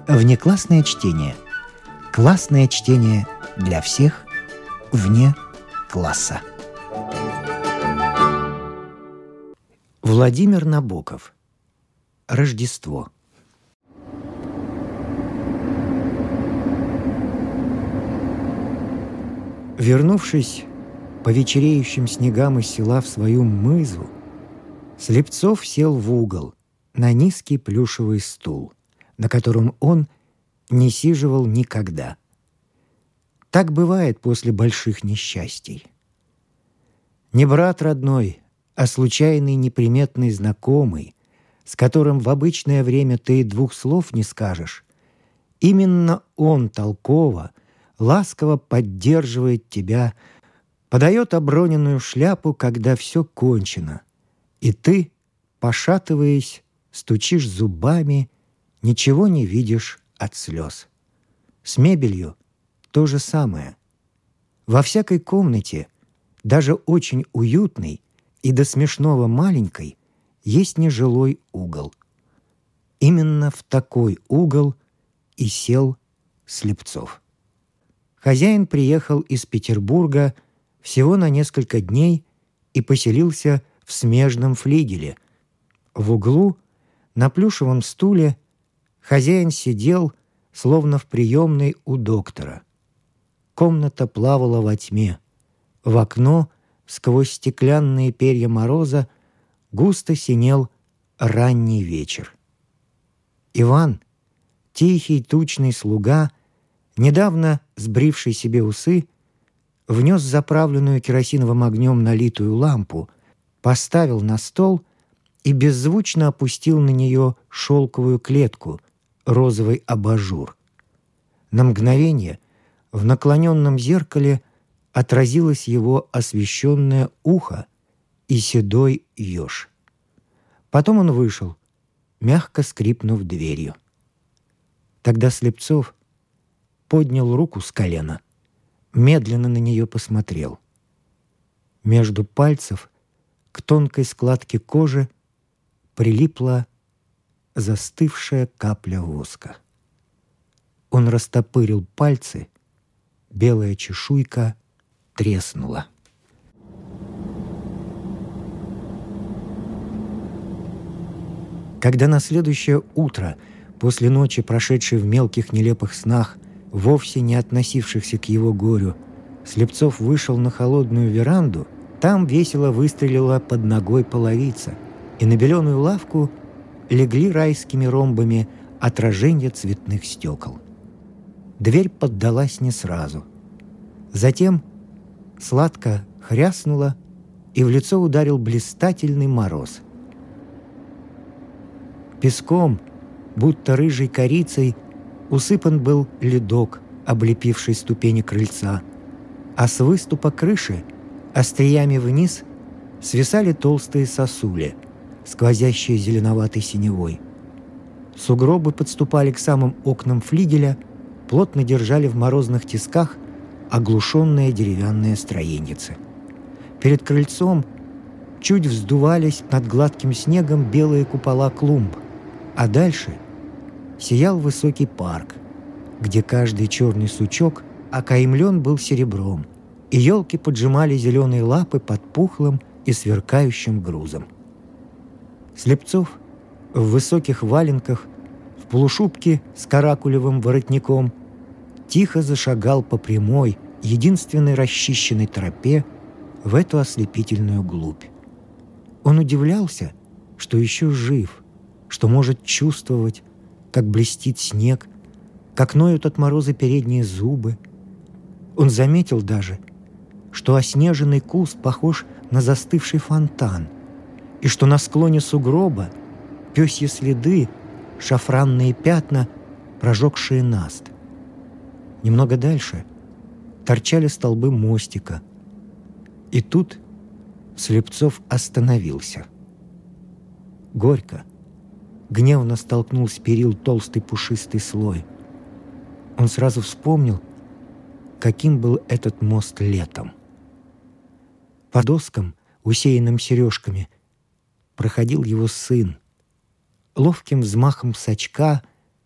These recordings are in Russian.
Внеклассное чтение. Классное чтение для всех вне класса. Владимир Набоков. Рождество. Вернувшись по вечереющим снегам из села в свою мызу, Слепцов сел в угол на низкий плюшевый стул, на котором он не сиживал никогда. Так бывает после больших несчастий. Не брат родной, а случайный неприметный знакомый, с которым в обычное время ты и двух слов не скажешь, именно он толково, ласково поддерживает тебя, подает оброненную шляпу, когда все кончено, и ты, пошатываясь, стучишь зубами, ничего не видишь от слез. С мебелью то же самое. Во всякой комнате, даже очень уютной и до смешного маленькой, есть нежилой угол. Именно в такой угол и сел Слепцов. Хозяин приехал из Петербурга всего на несколько дней и поселился в смежном флигеле. В углу, на плюшевом стуле, хозяин сидел, словно в приемной у доктора. Комната плавала во тьме. В окно, сквозь стеклянные перья мороза, густо синел ранний вечер. Иван, тихий тучный слуга, недавно сбривший себе усы, внес заправленную керосиновым огнем налитую лампу, поставил на стол и беззвучно опустил на нее шелковую клетку, розовый абажур. На мгновение в наклоненном зеркале отразилось его освещенное ухо и седой еж. Потом он вышел, мягко скрипнув дверью. Тогда Слепцов поднял руку с колена, медленно на нее посмотрел. Между пальцев к тонкой складке кожи прилипла застывшая капля воска. Он растопырил пальцы, белая чешуйка треснула. Когда на следующее утро, после ночи, прошедшей в мелких нелепых снах, вовсе не относившихся к его горю, Слепцов вышел на холодную веранду, там весело выстрелила под ногой половица, и на беленую лавку легли райскими ромбами отражения цветных стекол. Дверь поддалась не сразу. Затем сладко хряснула, и в лицо ударил блистательный мороз. Песком, будто рыжей корицей, усыпан был ледок, облепивший ступени крыльца, а с выступа крыши остриями вниз свисали толстые сосули, сквозящие зеленоватой синевой. Сугробы подступали к самым окнам флигеля, плотно держали в морозных тисках оглушенные деревянные строеньицы. Перед крыльцом чуть вздувались над гладким снегом белые купола клумб, а дальше сиял высокий парк, где каждый черный сучок окаймлен был серебром, и елки поджимали зеленые лапы под пухлым и сверкающим грузом. Слепцов в высоких валенках, в полушубке с каракулевым воротником, тихо зашагал по прямой, единственной расчищенной тропе в эту ослепительную глубь. Он удивлялся, что еще жив, что может чувствовать, как блестит снег, как ноют от мороза передние зубы. Он заметил даже, что оснеженный куст похож на застывший фонтан, и что на склоне сугроба пёсьи следы, шафранные пятна, прожегшие наст. Немного дальше торчали столбы мостика, и тут Слепцов остановился. Горько, гневно столкнул с перил толстый пушистый слой. Он сразу вспомнил, каким был этот мост летом. По доскам, усеянным сережками, проходил его сын. Ловким взмахом сачка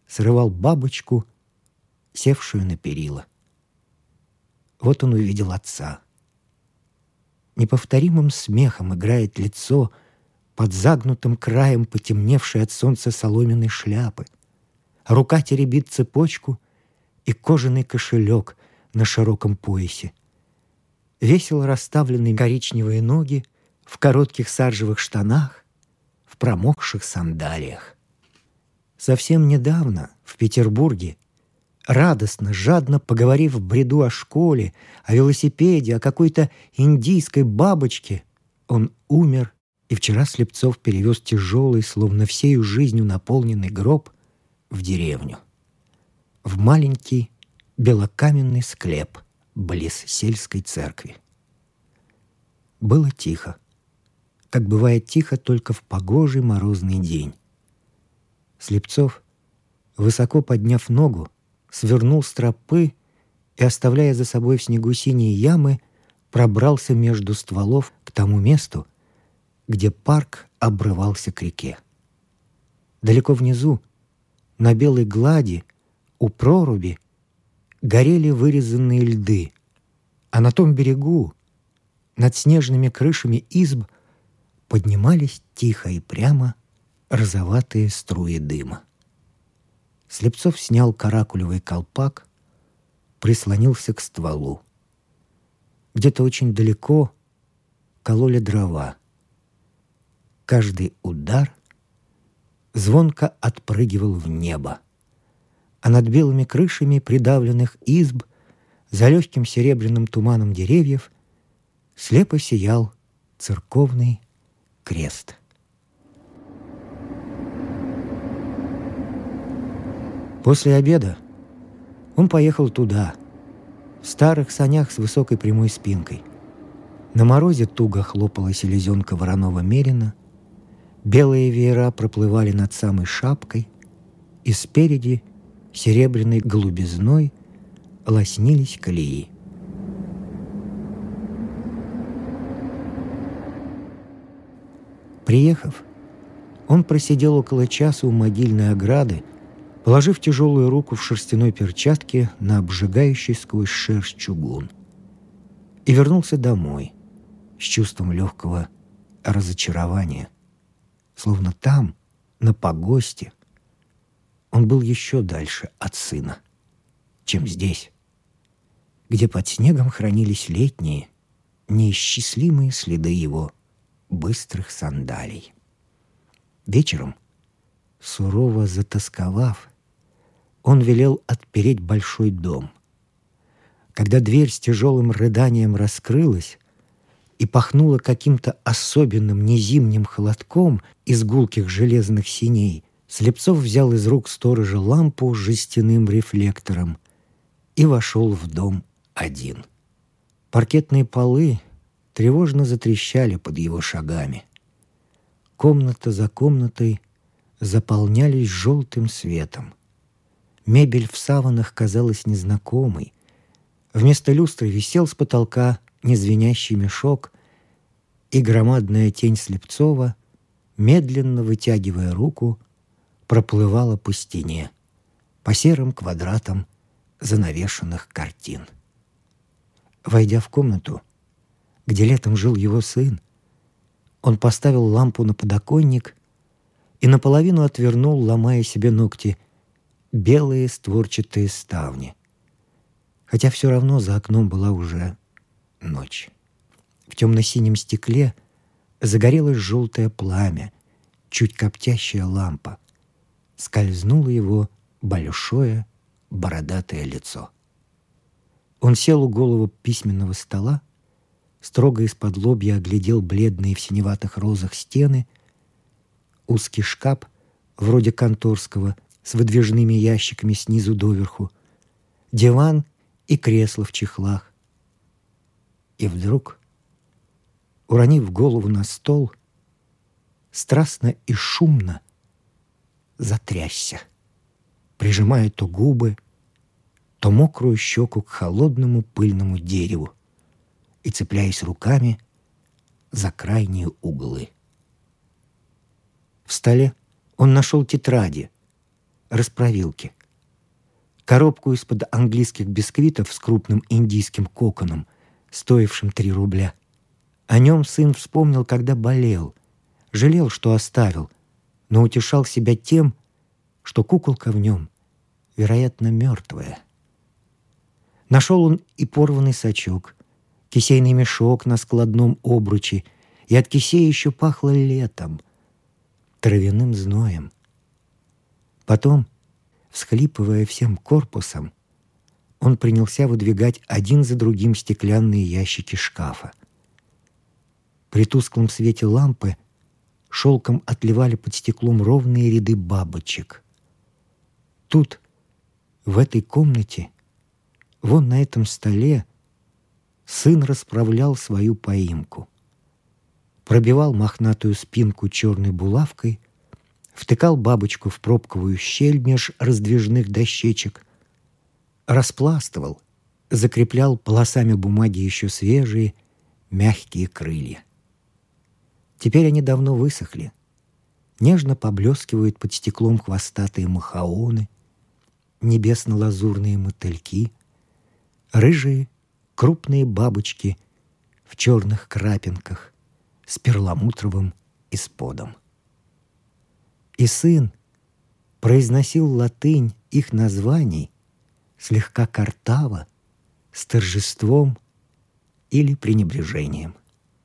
срывал бабочку, севшую на перила. Вот он увидел отца. Неповторимым смехом играет лицо под загнутым краем потемневшей от солнца соломенной шляпы. Рука теребит цепочку и кожаный кошелек на широком поясе. Весело расставленные коричневые ноги в коротких саржевых штанах, в промокших сандалиях. Совсем недавно в Петербурге, радостно, жадно поговорив в бреду о школе, о велосипеде, о какой-то индийской бабочке, он умер, и вчера Слепцов перевез тяжелый, словно всею жизнью наполненный гроб в деревню, в маленький белокаменный склеп близ сельской церкви. Было тихо, как бывает тихо только в погожий морозный день. Слепцов, высоко подняв ногу, свернул с тропы и, оставляя за собой в снегу синие ямы, пробрался между стволов к тому месту, где парк обрывался к реке. Далеко внизу, на белой глади, у проруби, горели вырезанные льды, а на том берегу, над снежными крышами изб, поднимались тихо и прямо розоватые струи дыма. Слепцов снял каракулевый колпак, прислонился к стволу. Где-то очень далеко кололи дрова. Каждый удар звонко отпрыгивал в небо, а над белыми крышами придавленных изб, за легким серебряным туманом деревьев, слепо сиял церковный крест. После обеда он поехал туда, в старых санях с высокой прямой спинкой. На морозе туго хлопала селезенка вороного мерина, белые веера проплывали над самой шапкой, и спереди серебряной голубизной лоснились колеи. Приехав, он просидел около часа у могильной ограды, положив тяжелую руку в шерстяной перчатке на обжигающий сквозь шерсть чугун, и вернулся домой с чувством легкого разочарования, словно там, на погосте, он был еще дальше от сына, чем здесь, где под снегом хранились летние, неисчислимые следы его быстрых сандалий. Вечером, сурово затосковав, он велел отпереть большой дом. Когда дверь с тяжелым рыданием раскрылась и пахнула каким-то особенным незимним холодком из гулких железных синей, Слепцов взял из рук сторожа лампу с жестяным рефлектором и вошел в дом один. Паркетные полы тревожно затрещали под его шагами. Комната за комнатой заполнялись желтым светом. Мебель в саванах казалась незнакомой. Вместо люстры висел с потолка незвенящий мешок, и громадная тень Слепцова, медленно вытягивая руку, проплывала по стене, по серым квадратам занавешенных картин. Войдя в комнату, где летом жил его сын, он поставил лампу на подоконник и наполовину отвернул, ломая себе ногти, белые створчатые ставни. Хотя все равно за окном была уже ночь. В темно-синем стекле загорелось желтое пламя, чуть коптящая лампа. Скользнуло его большое бородатое лицо. Он сел у голого письменного стола, строго из-под лобья оглядел бледные в синеватых розах стены, узкий шкаф, вроде конторского, с выдвижными ящиками снизу доверху, диван и кресло в чехлах. И вдруг, уронив голову на стол, страстно и шумно затрясся, прижимая то губы, то мокрую щеку к холодному пыльному дереву и цепляясь руками за крайние углы. В столе он нашел тетради, расправилки. Коробку из-под английских бисквитов с крупным индийским коконом, стоившим 3 рубля. О нем сын вспомнил, когда болел. Жалел, что оставил, но утешал себя тем, что куколка в нем, вероятно, мертвая. Нашел он и порванный сачок, кисейный мешок на складном обруче, и от кисея еще пахло летом, травяным зноем. Потом, всхлипывая всем корпусом, он принялся выдвигать один за другим стеклянные ящики шкафа. При тусклом свете лампы шелком отливали под стеклом ровные ряды бабочек. Тут, в этой комнате, вон на этом столе, сын расправлял свою поимку. Пробивал мохнатую спинку черной булавкой, втыкал бабочку в пробковую щель меж раздвижных дощечек, распластывал, закреплял полосами бумаги еще свежие, мягкие крылья. Теперь они давно высохли. Нежно поблескивают под стеклом хвостатые махаоны, небесно-лазурные мотыльки, рыжие крупные бабочки в черных крапинках с перламутровым исподом. И сын произносил латынь их названий слегка картаво, с торжеством или пренебрежением.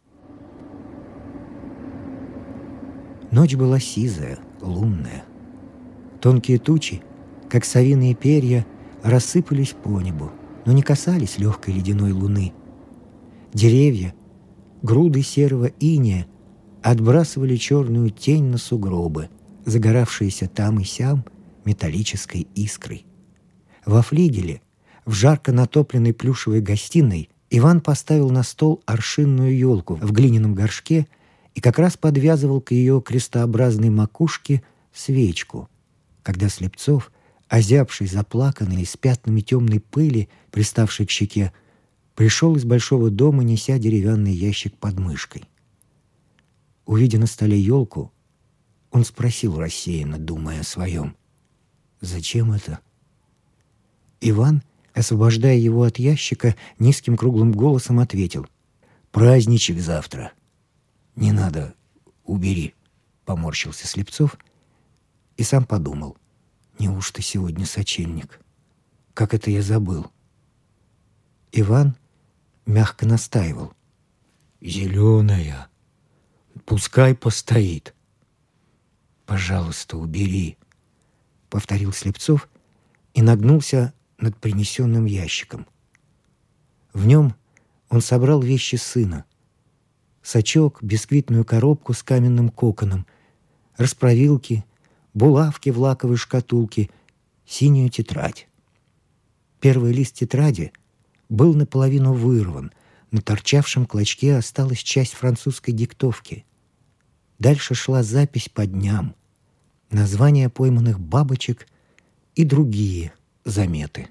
Ночь была сизая, лунная. Тонкие тучи, как совиные перья, рассыпались по небу, но не касались легкой ледяной луны. Деревья, груды серого инея, отбрасывали черную тень на сугробы, загоравшиеся там и сям металлической искрой. Во флигеле, в жарко натопленной плюшевой гостиной, Иван поставил на стол аршинную елку в глиняном горшке и как раз подвязывал к ее крестообразной макушке свечку, когда Слепцов, озябший, заплаканный, с пятнами темной пыли, приставшей к щеке, пришел из большого дома, неся деревянный ящик под мышкой. Увидя на столе елку, он спросил рассеянно, думая о своем: «Зачем это?» Иван, освобождая его от ящика, низким круглым голосом ответил: «Праздничек завтра». «Не надо, убери», — поморщился Слепцов и сам подумал: «Неужто сегодня сочельник? Как это я забыл?» Иван мягко настаивал: «Зеленая, пускай постоит». «Пожалуйста, убери», — повторил Слепцов и нагнулся над принесенным ящиком. В нем он собрал вещи сына: сачок, бисквитную коробку с каменным коконом, расправилки, булавки в лаковой шкатулке, синюю тетрадь. Первый лист тетради был наполовину вырван, на торчавшем клочке осталась часть французской диктовки. Дальше шла запись по дням, названия пойманных бабочек и другие заметы.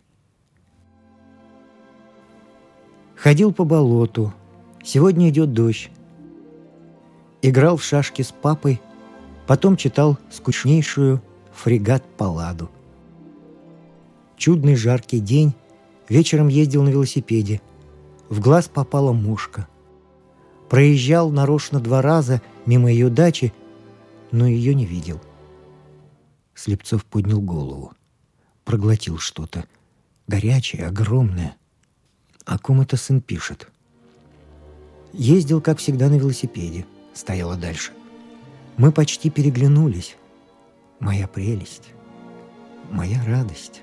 Ходил по болоту. Сегодня идет дождь. Играл в шашки с папой, потом читал скучнейшую «Фрегат-палладу». Чудный жаркий день, вечером ездил на велосипеде. В глаз попала мушка. Проезжал нарочно 2 раза мимо ее дачи, но ее не видел. Слепцов поднял голову. Проглотил что-то. Горячее, огромное. О ком это сын пишет? Ездил, как всегда, на велосипеде. Стояла дальше. Мы почти переглянулись. Моя прелесть. Моя радость.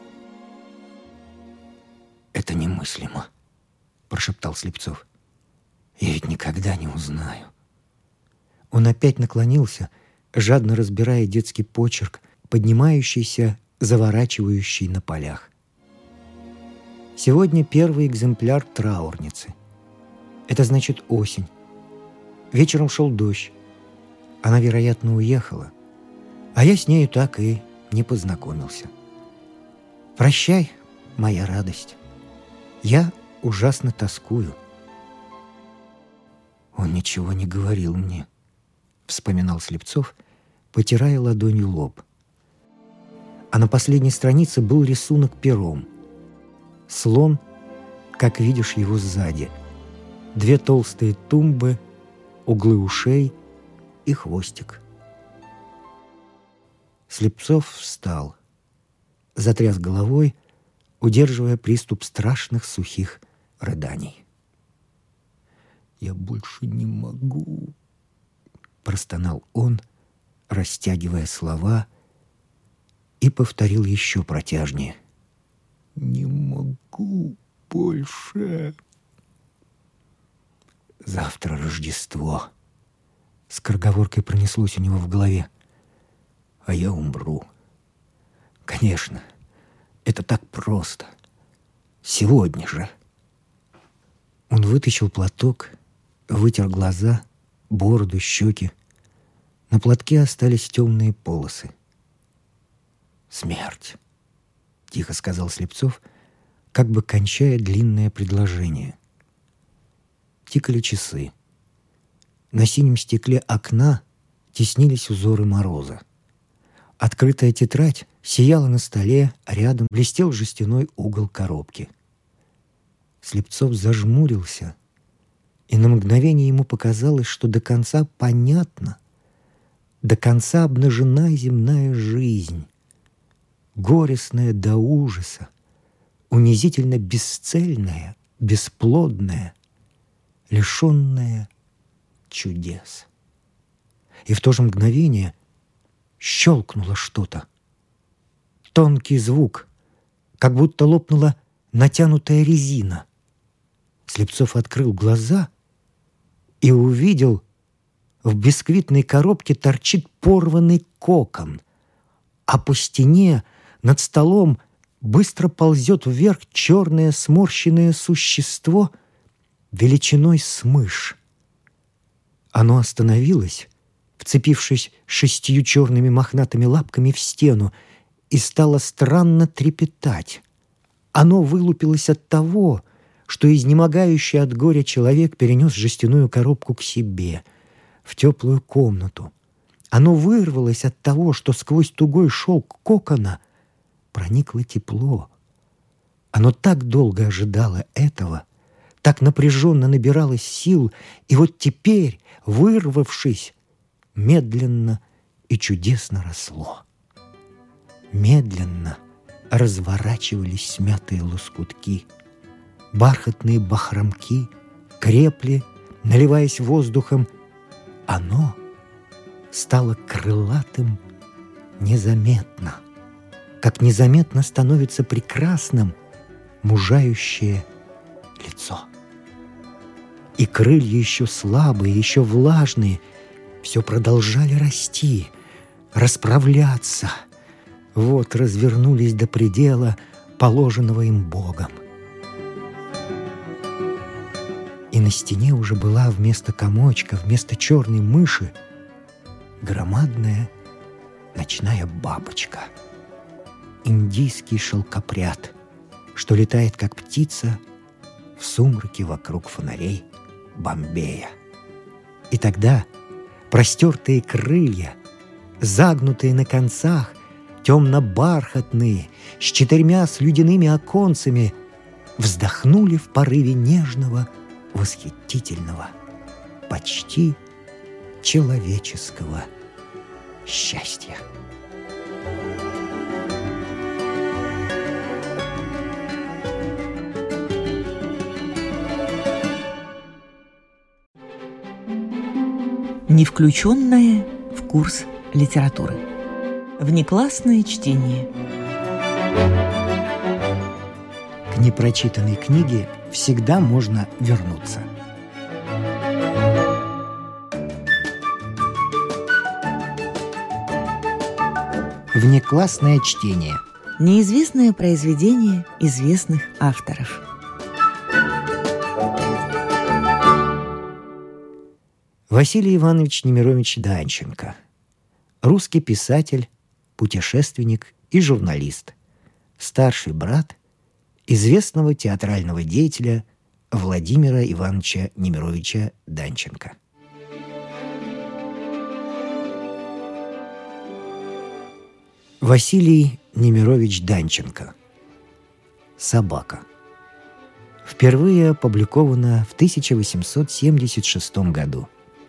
«Это немыслимо», — прошептал Слепцов. «Я ведь никогда не узнаю». Он опять наклонился, жадно разбирая детский почерк, поднимающийся, заворачивающий на полях. Сегодня первый экземпляр траурницы. Это значит осень. Вечером шел дождь. Она, вероятно, уехала. А я с нею так и не познакомился. Прощай, моя радость. Я ужасно тоскую. Он ничего не говорил мне, вспоминал Слепцов, потирая ладонью лоб. а на последней странице был рисунок пером. Слон, как видишь его сзади. 2 толстые тумбы, углы ушей и хвостик. Слепцов встал, затряс головой, удерживая приступ страшных сухих рыданий. «Я больше не могу», — простонал он, растягивая слова, и повторил еще протяжнее. «Не могу больше». «Завтра Рождество», — скороговоркой пронеслось у него в голове. «А я умру. Конечно, это так просто. Сегодня же». Он вытащил платок, вытер глаза, бороду, щеки. На платке остались темные полосы. «Смерть», — тихо сказал Слепцов, как бы кончая длинное предложение. Тикали часы. На синем стекле окна теснились узоры мороза. Открытая тетрадь сияла на столе, а рядом блестел жестяной угол коробки. Слепцов зажмурился, и на мгновение ему показалось, что до конца понятно, до конца обнажена земная жизнь, горестная до ужаса, унизительно бесцельная, бесплодная, лишенная чудес. И в то же мгновение щелкнуло что-то. Тонкий звук, как будто лопнула натянутая резина. Слепцов открыл глаза и увидел, в бисквитной коробке торчит порванный кокон, а по стене над столом быстро ползет вверх черное сморщенное существо величиной с мышь. Оно остановилось, вцепившись 6 черными мохнатыми лапками в стену, и стало странно трепетать. Оно вылупилось от того, что изнемогающий от горя человек перенес жестяную коробку к себе, в теплую комнату. Оно вырвалось от того, что сквозь тугой шелк кокона проникло тепло. Оно так долго ожидало этого, так напряженно набиралось сил, и вот теперь, вырвавшись, медленно и чудесно росло. Медленно разворачивались смятые лоскутки. Бархатные бахромки крепли, наливаясь воздухом. Оно стало крылатым незаметно, как незаметно становится прекрасным мужающее лицо. И крылья еще слабые, еще влажные, все продолжали расти, расправляться. Вот развернулись до предела, положенного им Богом. И на стене уже была вместо комочка, вместо черной мыши громадная ночная бабочка. Индийский шелкопряд, что летает, как птица, в сумраке вокруг фонарей Бомбея. И тогда простертые крылья, загнутые на концах, темно-бархатные, с 4 слюдяными оконцами, вздохнули в порыве нежного, восхитительного, почти человеческого счастья. Не включенное в курс литературы. Внеклассное чтение. К непрочитанной книге всегда можно вернуться. Внеклассное чтение. Неизвестное произведение известных авторов. Василий Иванович Немирович Данченко. Русский писатель, путешественник и журналист. Старший брат известного театрального деятеля Владимира Ивановича Немировича Данченко. Василий Немирович Данченко. «Собака». Впервые опубликована в 1876 году.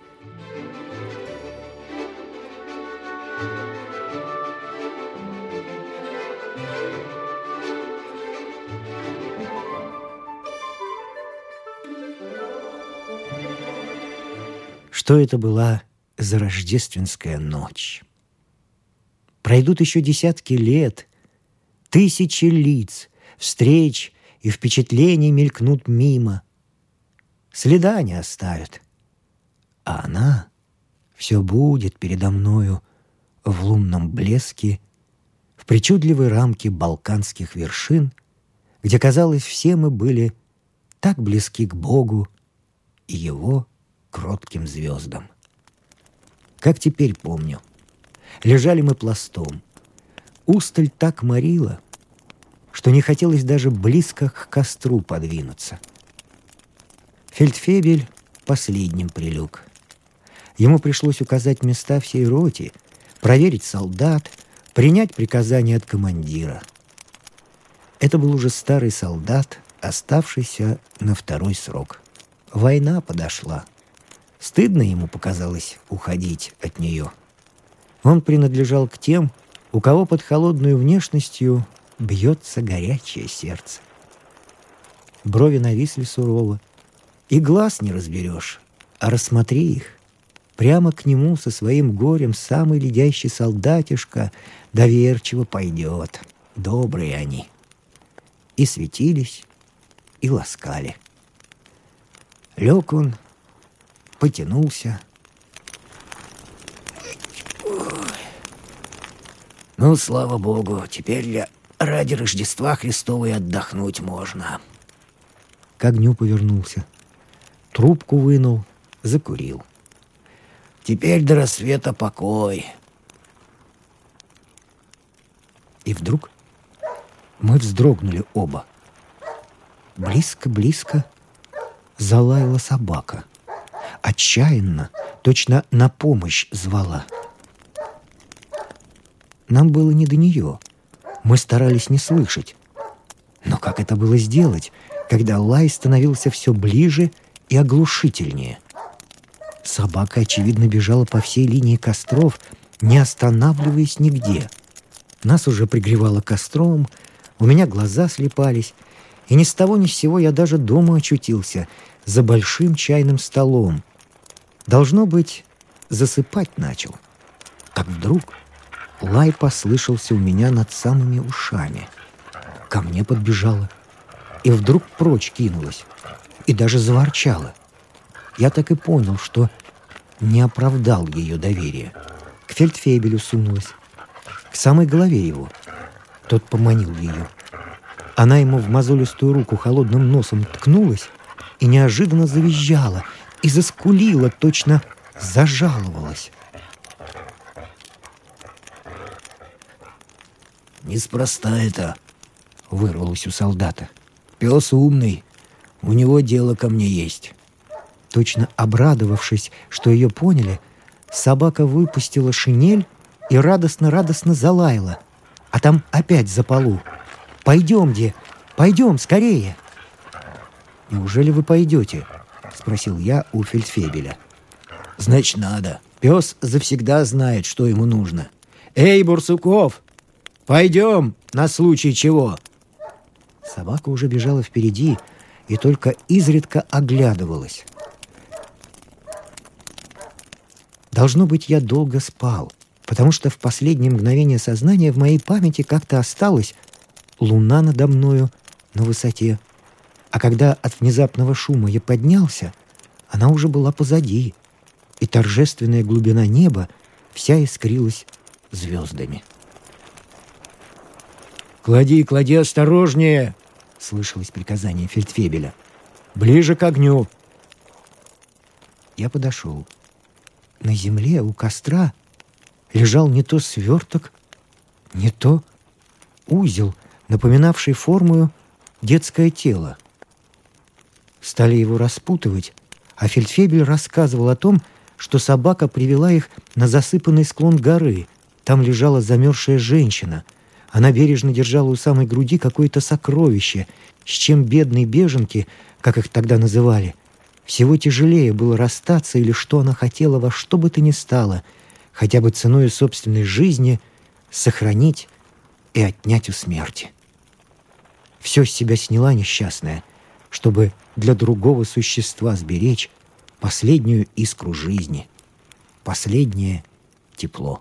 Что это была за рождественская ночь? Пройдут еще десятки лет, тысячи лиц, встреч и впечатлений мелькнут мимо. Следа не оставят. А она все будет передо мною в лунном блеске, в причудливой рамке балканских вершин, где, казалось, все мы были так близки к Богу и Его кротким звездам. Как теперь помню, лежали мы пластом. Усталь так морила, что не хотелось даже близко к костру подвинуться. Фельдфебель последним прилег. Ему пришлось указать места всей роте, проверить солдат, принять приказания от командира. Это был уже старый солдат, оставшийся на второй срок. Война подошла. Стыдно ему показалось уходить от нее. Он принадлежал к тем, у кого под холодной внешностью бьется горячее сердце. Брови нависли сурово, и глаз не разберешь, а рассмотри их. Прямо к нему со своим горем самый ледящий солдатишка доверчиво пойдет. Добрые они. И светились, и ласкали. Лег он, потянулся. Ну, слава Богу, теперь ради Рождества Христова и отдохнуть можно. К огню повернулся. Трубку вынул, закурил. Теперь до рассвета покой. И вдруг мы вздрогнули оба. Близко-близко залаяла собака. Отчаянно, точно на помощь звала. Нам было не до нее. Мы старались не слышать. Но как это было сделать, когда лай становился все ближе и оглушительнее? Собака, очевидно, бежала по всей линии костров, не останавливаясь нигде. Нас уже пригревало костром, у меня глаза слепались, и ни с того ни с сего я даже дома очутился, за большим чайным столом. Должно быть, засыпать начал. Как вдруг лай послышался у меня над самыми ушами. Ко мне подбежала и вдруг прочь кинулась и даже заворчала. Я так и понял, что не оправдал ее доверия. К фельдфебелю сунулась, к самой голове его. Тот поманил ее. Она ему в мозолистую руку холодным носом ткнулась и неожиданно завизжала и заскулила, точно зажаловалась. «Неспроста это», — вырвалось у солдата. «Пес умный, у него дело ко мне есть». Точно обрадовавшись, что ее поняли, собака выпустила шинель и радостно-радостно залаяла. А там опять за полу. «Пойдем, пойдем, скорее!» «Неужели вы пойдете?» — спросил я у фельдфебеля. «Значит, надо. Пес завсегда знает, что ему нужно. Эй, Бурсуков, пойдем, на случай чего!» Собака уже бежала впереди и только изредка оглядывалась. Должно быть, я долго спал, потому что в последнее мгновение сознания в моей памяти как-то осталась луна надо мною на высоте. А когда от внезапного шума я поднялся, она уже была позади, и торжественная глубина неба вся искрилась звездами. «Клади, клади осторожнее!» — слышалось приказание фельдфебеля. «Ближе к огню!» Я подошел. На земле у костра лежал не то сверток, не то узел, напоминавший формою детское тело. Стали его распутывать, а фельдфебель рассказывал о том, что собака привела их на засыпанный склон горы. Там лежала замерзшая женщина. Она бережно держала у самой груди какое-то сокровище, с чем бедной беженке, как их тогда называли, всего тяжелее было расстаться, или что она хотела во что бы то ни стало, хотя бы ценой собственной жизни, сохранить и отнять у смерти. Все с себя сняла несчастная, чтобы для другого существа сберечь последнюю искру жизни, последнее тепло.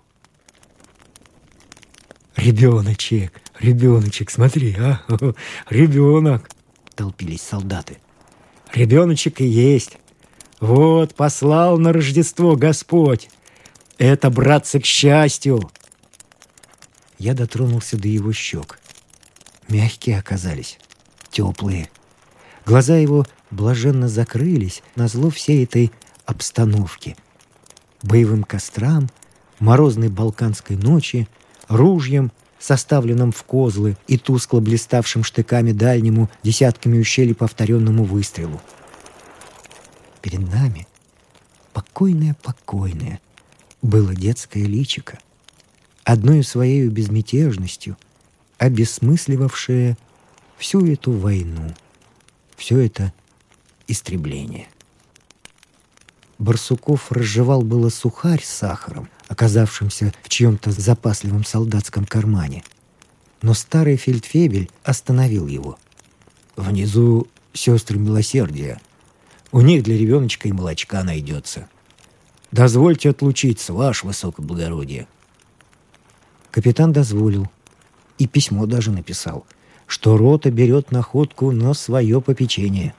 «Ребеночек, ребеночек, смотри, а, ребенок!» — толпились солдаты. «Ребеночек и есть. Вот, послал на Рождество Господь. Это, братцы, к счастью!» Я дотронулся до его щек. Мягкие оказались, теплые. Глаза его блаженно закрылись назло всей этой обстановке. Боевым кострам, морозной балканской ночи, ружьям, составленным в козлы и тускло блиставшим штыками дальнему, десятками ущелий повторенному выстрелу. Перед нами, покойное-покойное, было детское личико, одною своею безмятежностью, обесмысливавшее всю эту войну, все это истребление. Барсуков разжевал было сухарь с сахаром, оказавшимся в чьем-то запасливом солдатском кармане. Но старый фельдфебель остановил его. «Внизу сестры милосердия. У них для ребеночка и молочка найдется. Дозвольте отлучиться, ваше высокоблагородие». Капитан дозволил. И письмо даже написал, что рота берет находку на свое попечение.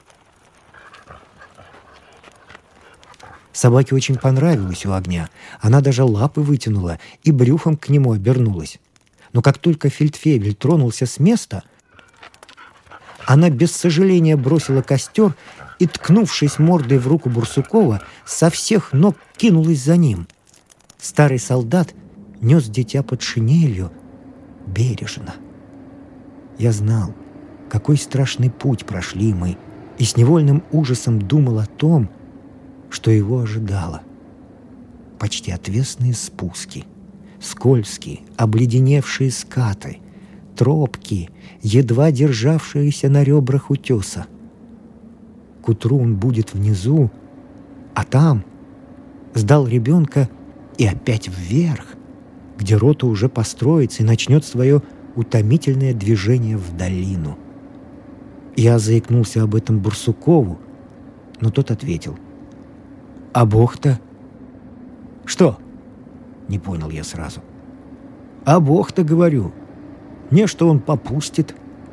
Собаке очень понравилось у огня. Она даже лапы вытянула и брюхом к нему обернулась. Но как только фельдфебель тронулся с места, она без сожаления бросила костер и, ткнувшись мордой в руку Барсукова, со всех ног кинулась за ним. Старый солдат нес дитя под шинелью бережно. Я знал, какой страшный путь прошли мы, и с невольным ужасом думал о том, что его ожидало. Почти отвесные спуски, скользкие, обледеневшие скаты, тропки, едва державшиеся на ребрах утеса. К утру он будет внизу, а там сдал ребенка и опять вверх, где рота уже построится и начнет свое утомительное движение в долину. Я заикнулся об этом Барсукову, но тот ответил: «А Бог-то?» «Что?» — не понял я сразу. «А Бог-то, говорю, не что он попустит».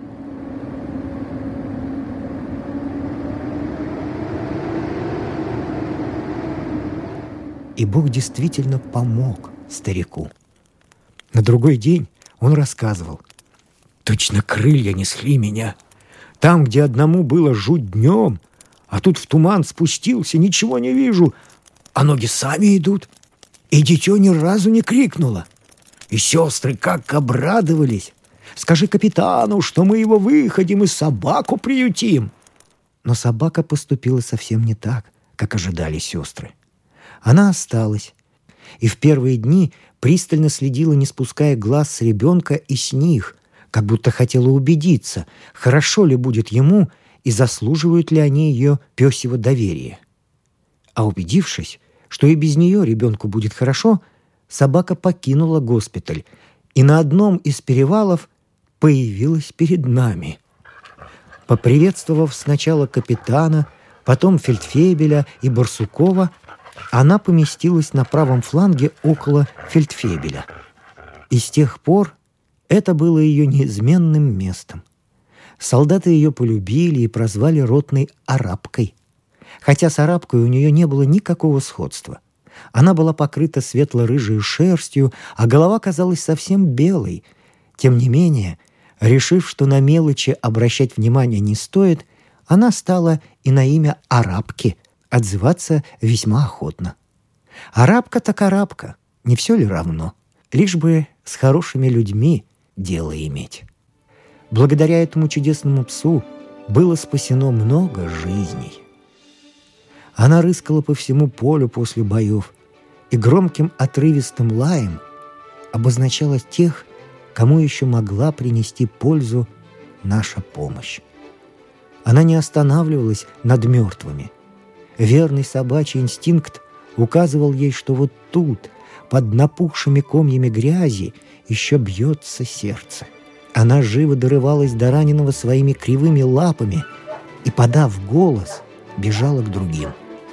И Бог действительно помог старику. На другой день он рассказывал: «Точно крылья несли меня. Там, где одному было жуть днем, а тут в туман спустился, ничего не вижу, а ноги сами идут. И дитё ни разу не крикнуло. И сестры как обрадовались. Скажи капитану, что мы его выходим и собаку приютим». Но собака поступила совсем не так, как ожидали сестры. Она осталась, и в первые дни пристально следила, не спуская глаз с ребенка и с них, как будто хотела убедиться, хорошо ли будет ему и заслуживают ли они ее пёсьего доверия. А убедившись, что и без нее ребенку будет хорошо, собака покинула госпиталь и на одном из перевалов появилась перед нами. Поприветствовав сначала капитана, потом фельдфебеля и Барсукова, она поместилась на правом фланге около фельдфебеля. И с тех пор это было ее неизменным местом. Солдаты ее полюбили и прозвали ротной арабкой. Хотя с арабкой у нее не было никакого сходства. Она была покрыта светло-рыжей шерстью, а голова казалась совсем белой. Тем не менее, решив, что на мелочи обращать внимание не стоит, она стала и на имя арабки отзываться весьма охотно. Арабка так арабка, не все ли равно? Лишь бы с хорошими людьми дело иметь. Благодаря этому чудесному псу было спасено много жизней. Она рыскала по всему полю после боев и громким отрывистым лаем обозначала тех, кому еще могла принести пользу наша помощь. Она не останавливалась над мертвыми. Верный собачий инстинкт указывал ей, что вот тут, под напухшими комьями грязи, еще бьется сердце. Она живо дорывалась до раненого своими кривыми лапами и, подав голос, бежала к другим.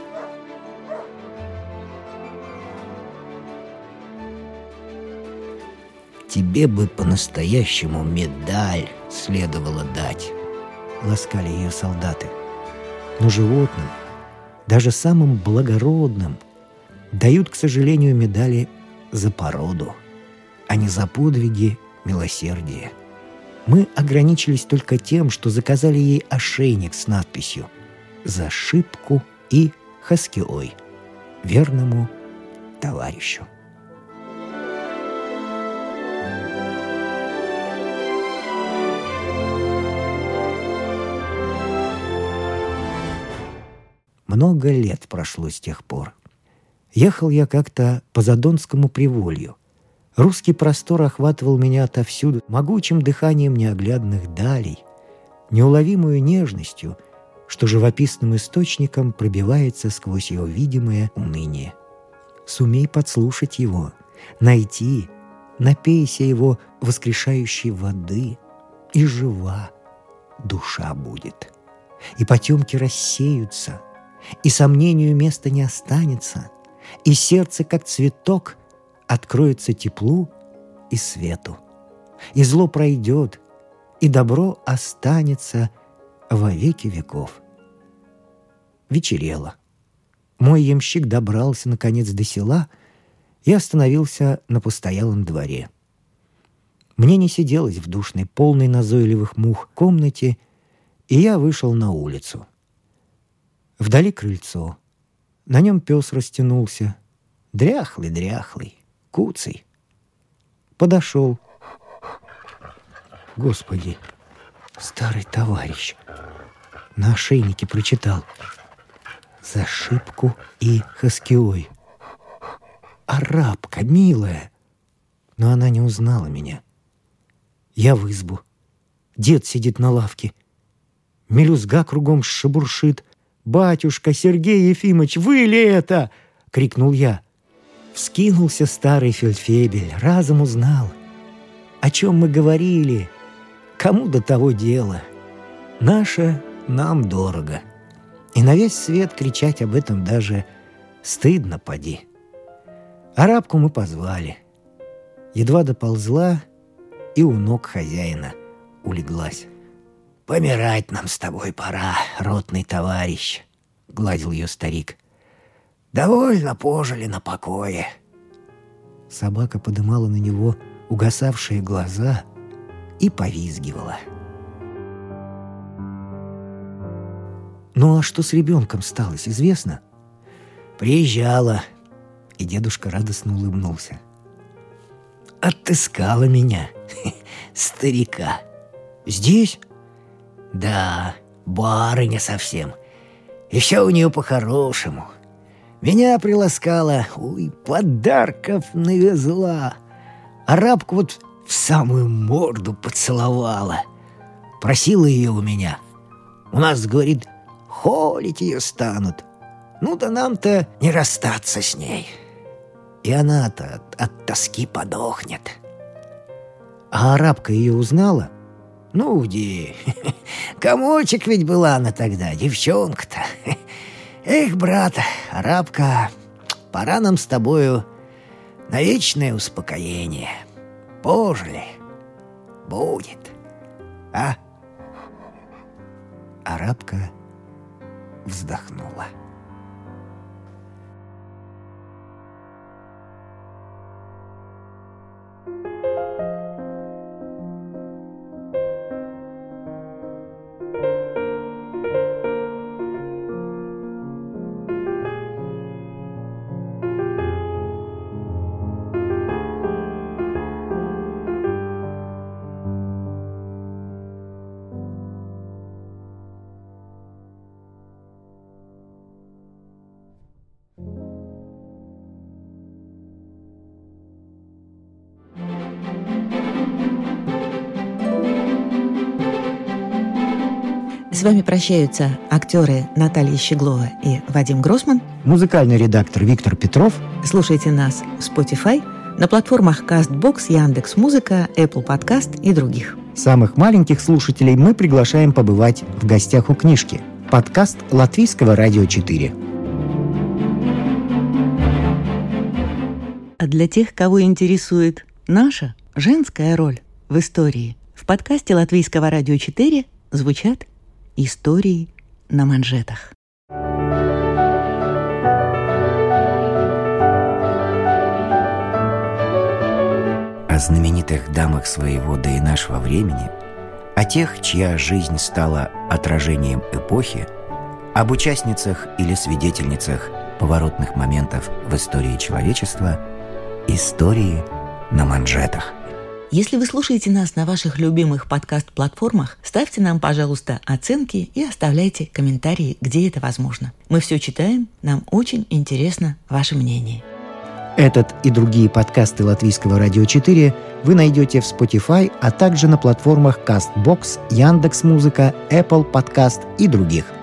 «Тебе бы по-настоящему медаль следовало дать», — ласкали ее солдаты. Но животным, даже самым благородным, дают, к сожалению, медали за породу, а не за подвиги милосердия. Мы ограничились только тем, что заказали ей ошейник с надписью «За шибку и хаскиой» верному товарищу. Много лет прошло с тех пор. Ехал я как-то по Задонскому приволью. Русский простор охватывал меня отовсюду могучим дыханием неоглядных далей, неуловимую нежностью, что живописным источником пробивается сквозь его видимое уныние. Сумей подслушать его, найти, напейся его воскрешающей воды, и жива душа будет, и потемки рассеются, и сомнению места не останется, и сердце, как цветок, откроется теплу и свету, и зло пройдет, и добро останется во веки веков. Вечерело. Мой ямщик добрался, наконец, до села и остановился на постоялом дворе. Мне не сиделось в душной, полной назойливых мух комнате, и я вышел на улицу. Вдали крыльцо. На нем пес растянулся. Дряхлый, куцый. Подошел. Господи, старый товарищ. На ошейнике прочитал: «За шибку и хаскиой». Арабка, милая. Но она не узнала меня. Я в избу. Дед сидит на лавке. Мелюзга кругом шебуршит. «Батюшка, Сергей Ефимыч, вы ли это?» — крикнул я. Вскинулся старый фельдфебель, разом узнал. О чем мы говорили? Кому до того дела? Наше нам дорого. И на весь свет кричать об этом даже стыдно поди. Арабку мы позвали. Едва доползла и у ног хозяина улеглась. «Помирать нам с тобой пора, ротный товарищ», — гладил ее старик. «Довольно пожили на покое». Собака подымала на него угасавшие глаза и повизгивала. «Ну а что с ребенком сталось, известно?» «Приезжала», и дедушка радостно улыбнулся. «Отыскала меня, старика». «Здесь?» «Да, барыня совсем. И все у нее по-хорошему. Меня приласкала, подарков навезла. Арабку вот в самую морду поцеловала. Просила ее у меня. У нас, говорит, холить ее станут. Ну да нам-то не расстаться с ней. И она-то от тоски подохнет». «А арабка ее узнала?» «Ну, где? Комочек ведь была она тогда, девчонка-то. Эх, брат, арабка, пора нам с тобою на вечное успокоение. Пожили. Будет. А?» Арабка вздохнула. С вами прощаются актеры Наталья Щеглова и Вадим Гроссман. Музыкальный редактор Виктор Петров. Слушайте нас в Spotify, на платформах CastBox, Яндекс.Музыка, Apple Podcast и других. Самых маленьких слушателей мы приглашаем побывать в гостях у книжки. Подкаст Латвийского радио 4. А для тех, кого интересует наша женская роль в истории, в подкасте Латвийского радио 4 звучат истории на манжетах. О знаменитых дамах своего да и нашего времени, о тех, чья жизнь стала отражением эпохи, об участницах или свидетельницах поворотных моментов в истории человечества, истории на манжетах. Если вы слушаете нас на ваших любимых подкаст-платформах, ставьте нам, пожалуйста, оценки и оставляйте комментарии, где это возможно. Мы все читаем, нам очень интересно ваше мнение. Этот и другие подкасты Латвийского радио 4 вы найдете в Spotify, а также на платформах CastBox, Яндекс.Музыка, Apple Podcast и других.